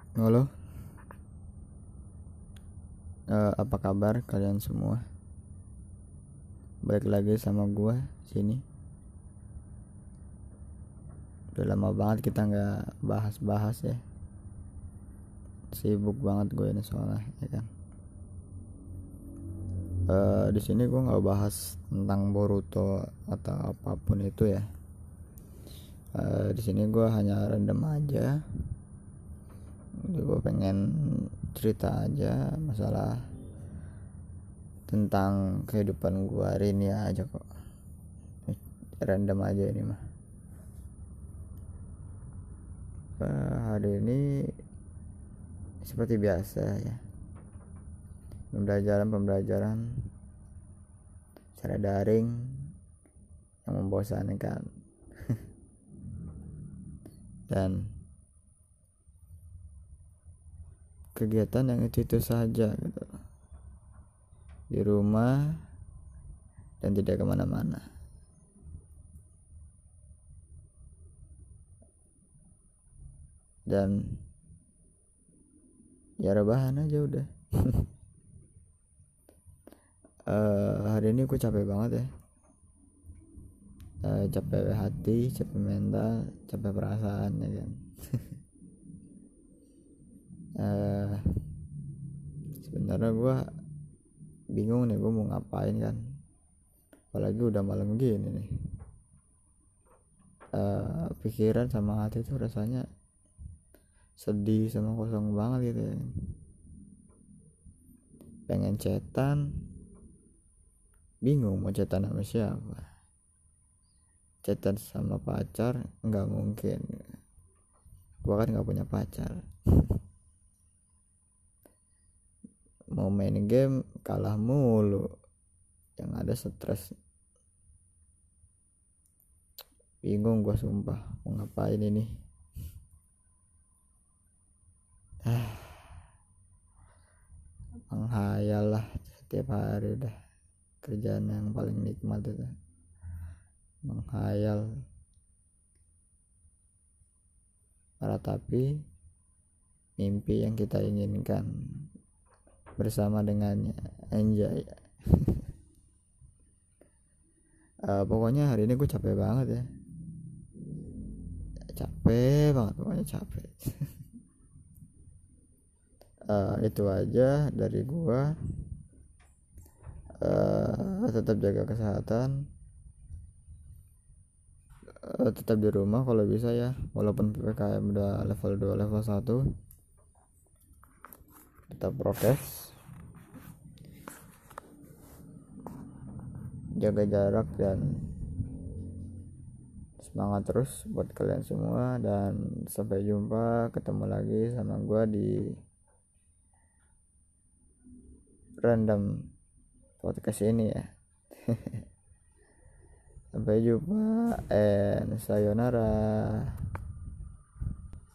Halo, apa kabar kalian semua? Balik lagi sama gua sini. Udah lama banget kita nggak bahas-bahas ya. Sibuk banget gue ini soalnya, ya kan. Di sini gua nggak bahas tentang Boruto atau apapun itu ya. Di sini gua hanya random aja. Gue pengen cerita aja masalah tentang kehidupan gua hari ini aja kok. Random aja ini mah. Hari ini seperti biasa ya, pembelajaran secara daring yang membosankan dan kegiatan yang itu saja gitu, di rumah dan tidak kemana-mana. Dan ya rebahan aja udah. Hari ini aku capek banget ya. Capek hati, capek mental, capek perasaan ya kan. Sebenarnya gue bingung nih gue mau ngapain kan, apalagi udah malam gini nih. Pikiran sama hati tuh rasanya sedih sama kosong banget gitu ya. Pengen chatan, bingung mau chatan sama siapa. Chatan sama pacar nggak mungkin, gua kan nggak punya pacar. Mau main game kalah mulu, yang ada stres. Bingung gua sumpah mau ngapain ini. Menghayal lah setiap hari udah, kerjaan yang paling nikmat itu menghayal, meratapi mimpi yang kita inginkan bersama dengannya. Anjay. Pokoknya hari ini gue capek banget ya, capek banget pokoknya, capek. Itu aja dari gua. Tetap jaga kesehatan, tetap di rumah kalau bisa ya, walaupun PPKM udah level 2 level 1, tetap prokes, jaga jarak, dan semangat terus buat kalian semua. Dan sampai jumpa, ketemu lagi sama gua di random podcast ini ya. Sampai jumpa and sayonara.